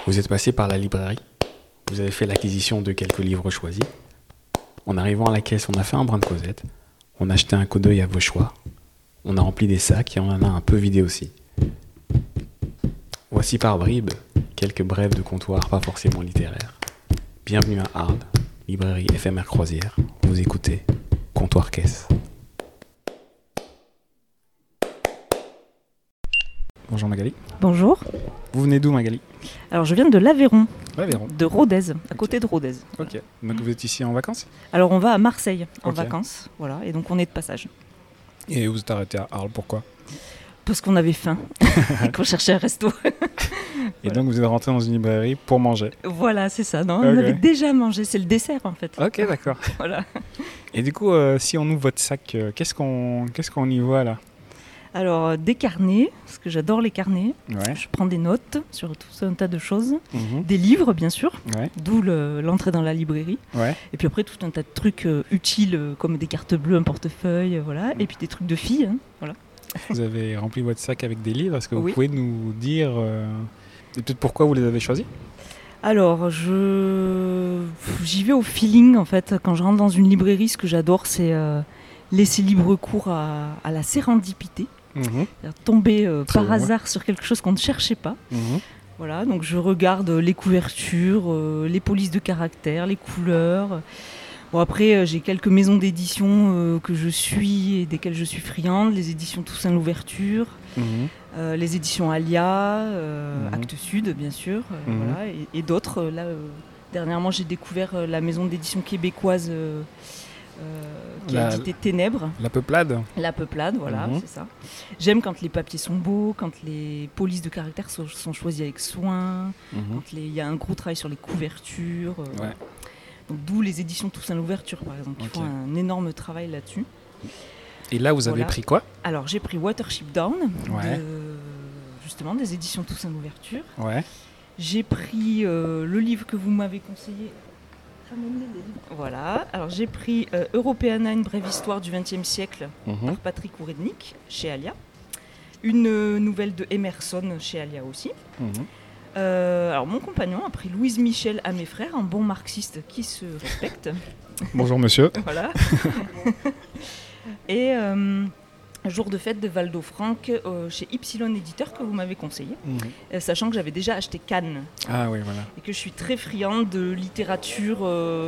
Vous êtes passé par la librairie, vous avez fait l'acquisition de quelques livres choisis. En arrivant à la caisse, on a fait un brin de causette, on a jeté un coup d'œil à vos choix, on a rempli des sacs et on en a un peu vidé aussi. Voici par bribes quelques brèves de comptoir pas forcément littéraires. Bienvenue à Arles, librairie éphémère croisière. Vous écoutez Comptoir Caisse. Bonjour Magali. Bonjour. Vous venez d'où Magali? Alors je viens de l'Aveyron, L'Aveyron. de Rodez, à côté de Rodez. Ok, donc vous êtes ici en vacances? Alors on va à Marseille en Ok. vacances, voilà, et donc on est de passage. Et vous êtes arrêté à Arles, pourquoi? Parce qu'on avait faim et qu'on cherchait un resto. Et donc vous êtes rentré dans une librairie pour manger? Voilà, c'est ça. Non, Ok. on avait déjà mangé, c'est le dessert en fait. Ok, d'accord. Voilà. Et du coup, si on ouvre votre sac, qu'est-ce qu'on y voit là? Alors des carnets, parce que j'adore les carnets. Ouais. Je prends des notes sur tout un tas de choses. Mhm. Des livres bien sûr, Ouais. d'où l'entrée dans la librairie. Ouais. Et puis après tout un tas de trucs utiles comme des cartes bleues, un portefeuille, voilà. Et puis des trucs de filles, hein, voilà. Vous avez rempli votre sac avec des livres. Est-ce que vous Oui. pouvez nous dire peut-être pourquoi vous les avez choisis? Alors, j'y vais au feeling en fait. Quand je rentre dans une librairie, ce que j'adore, c'est laisser libre cours à la sérendipité. Mhm. C'est-à-dire tomber Très par bien. hasard sur quelque chose qu'on ne cherchait pas. Mhm. Voilà, donc je regarde les couvertures, les polices de caractère, les couleurs. Bon après, j'ai quelques maisons d'édition que je suis et desquelles je suis friande. Les éditions Toussaint L'Ouverture, Mhm. les éditions Alia, Mhm. Actes Sud, bien sûr, Mhm. voilà, et d'autres. Là, dernièrement, j'ai découvert la maison d'édition québécoise qui a édité Ténèbres, La peuplade. La Peuplade, voilà, Mhm. c'est ça. J'aime quand les papiers sont beaux, quand les polices de caractère sont choisies avec soin, Mhm. quand il y a un gros travail sur les couvertures. Ouais. Donc, d'où les éditions Toussaint L'Ouverture, par exemple, qui Ok. font un énorme travail là-dessus. Et là, vous avez Voilà. pris quoi? Alors, j'ai pris Watership Down, Ouais. justement, des éditions Toussaint L'Ouverture. Ouais. J'ai pris le livre que vous m'avez conseillé. Ramenez les livres. Voilà, alors j'ai pris Europeana, une brève histoire du XXe siècle Mhm. par Patrick Ourednik chez Alia. Une nouvelle de Emerson chez Alia aussi. Mhm. Alors mon compagnon a pris Louise Michel à mes frères, un bon marxiste qui se respecte. Bonjour monsieur. Voilà. Et Jour de fête de Valdo Franck chez Ypsilon Éditeur que vous m'avez conseillé, Mhm. sachant que j'avais déjà acheté Cannes Ah oui, voilà. et que je suis très friande de littérature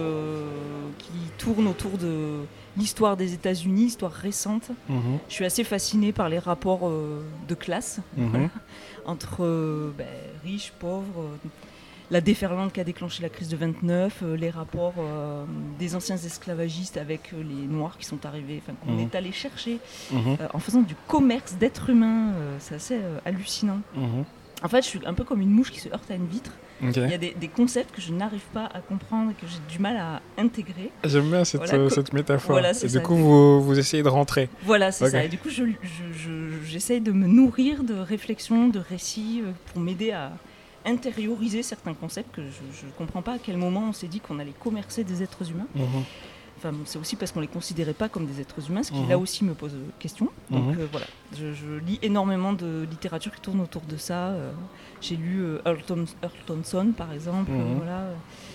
qui tourne autour de l'histoire des États-Unis, histoire récente. Mhm. Je suis assez fascinée par les rapports de classe Mhm. entre riches, pauvres, la déferlante qui a déclenché la crise de 29, les rapports des anciens esclavagistes avec les Noirs qui sont arrivés, qu'on est allé chercher Mhm. en faisant du commerce d'êtres humains. C'est assez hallucinant. Mhm. En fait, je suis un peu comme une mouche qui se heurte à une vitre. Ok. Il y a des concepts que je n'arrive pas à comprendre et que j'ai du mal à intégrer. J'aime bien cette, Voilà, cette métaphore. voilà, c'est et ça. du coup, vous essayez de rentrer. Voilà, c'est Ok. ça. Et du coup, j'essaye de me nourrir de réflexions, de récits pour m'aider à intérioriser certains concepts que je ne comprends pas à quel moment on s'est dit qu'on allait commercer des êtres humains. Mhm. Enfin, c'est aussi parce qu'on ne les considérait pas comme des êtres humains, ce qui Mhm. là aussi me pose question. Donc Mhm. voilà, je lis énormément de littérature qui tourne autour de ça. J'ai lu Earl Thompson, par exemple. Mhm. Voilà.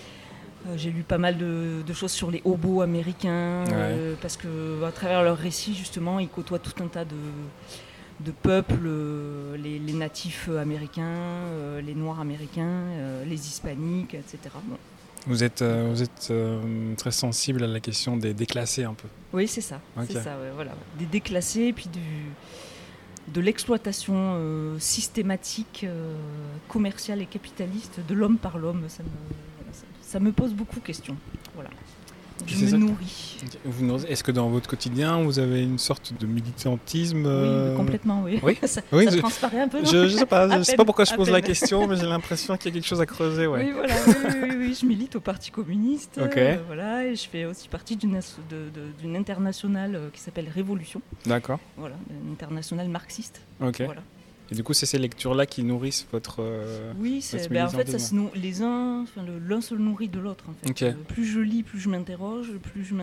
J'ai lu pas mal de choses sur les hobos américains, parce qu'à travers leurs récits, justement, ils côtoient tout un tas de peuples, les natifs américains, les noirs américains, les hispaniques, etc. Bon. Vous êtes très sensible à la question des déclassés un peu. Oui, c'est ça. Ok. C'est ça, ouais, voilà. Des déclassés, et puis de l'exploitation systématique, commerciale et capitaliste de l'homme par l'homme. Ça me pose beaucoup de questions. Voilà. Je C'est me ça. nourris. Est-ce que dans votre quotidien, vous avez une sorte de militantisme Oui, complètement, oui. Oui. ça Oui, ça transparaît un peu, non? Je sais pas, je sais pas pourquoi je pose À la peine. question, mais j'ai l'impression qu'il y a quelque chose à creuser, ouais. Oui, voilà, oui, je milite au Parti communiste, Ok. voilà, et je fais aussi partie d'une internationale qui s'appelle Révolution, D'accord. voilà, une internationale marxiste. Ok. Voilà. Et du coup, c'est ces lectures-là qui nourrissent votre. Oui, votre en fait, militantisme. l'un se nourrit de l'autre. En fait. Ok. Plus je lis, plus je m'interroge, plus je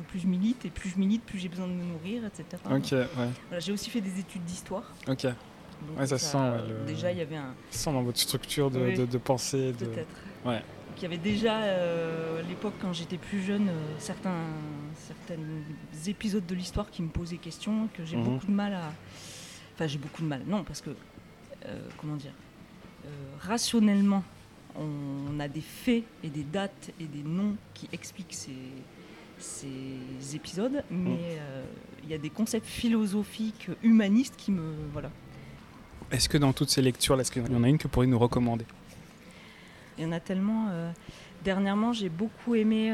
milite, et plus je milite, plus j'ai besoin de me nourrir, etc. Ok, ouais. Voilà, j'ai aussi fait des études d'histoire. Ok. Donc Ouais, ça se sent. Déjà, il y avait un... Ça se sent dans votre structure de pensée. Peut-être. Ouais. Il y avait déjà, à l'époque, quand j'étais plus jeune, certains épisodes de l'histoire qui me posaient question, que j'ai beaucoup de mal à... Enfin, j'ai beaucoup de mal. Non, parce que, comment dire, rationnellement, on a des faits et des dates et des noms qui expliquent ces épisodes, mais il y a des concepts philosophiques, humanistes qui me... Voilà. Est-ce que dans toutes ces lectures, est-ce qu'il y en a une que vous pourriez nous recommander ? Il y en a tellement. Dernièrement, j'ai beaucoup aimé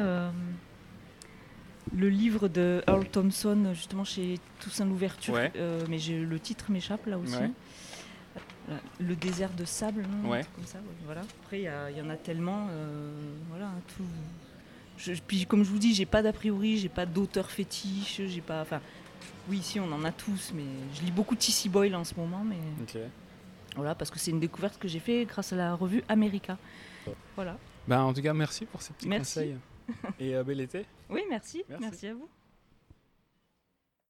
le livre de Earl Thompson, justement chez Toussaint Louverture, mais le titre m'échappe là aussi. Voilà. Le désert de sable, non, un truc comme ça. Voilà. Après, il y en a tellement. Voilà, tout. Puis, comme je vous dis, j'ai pas d'a priori, j'ai pas d'auteur fétiche, j'ai pas. Enfin, oui, si, on en a tous, mais je lis beaucoup de T.C. Boyle en ce moment, mais. Voilà, parce que c'est une découverte que j'ai fait grâce à la revue America. Voilà. En tout cas, merci pour ces petits conseils. Et bel été. Oui, merci. Merci à vous.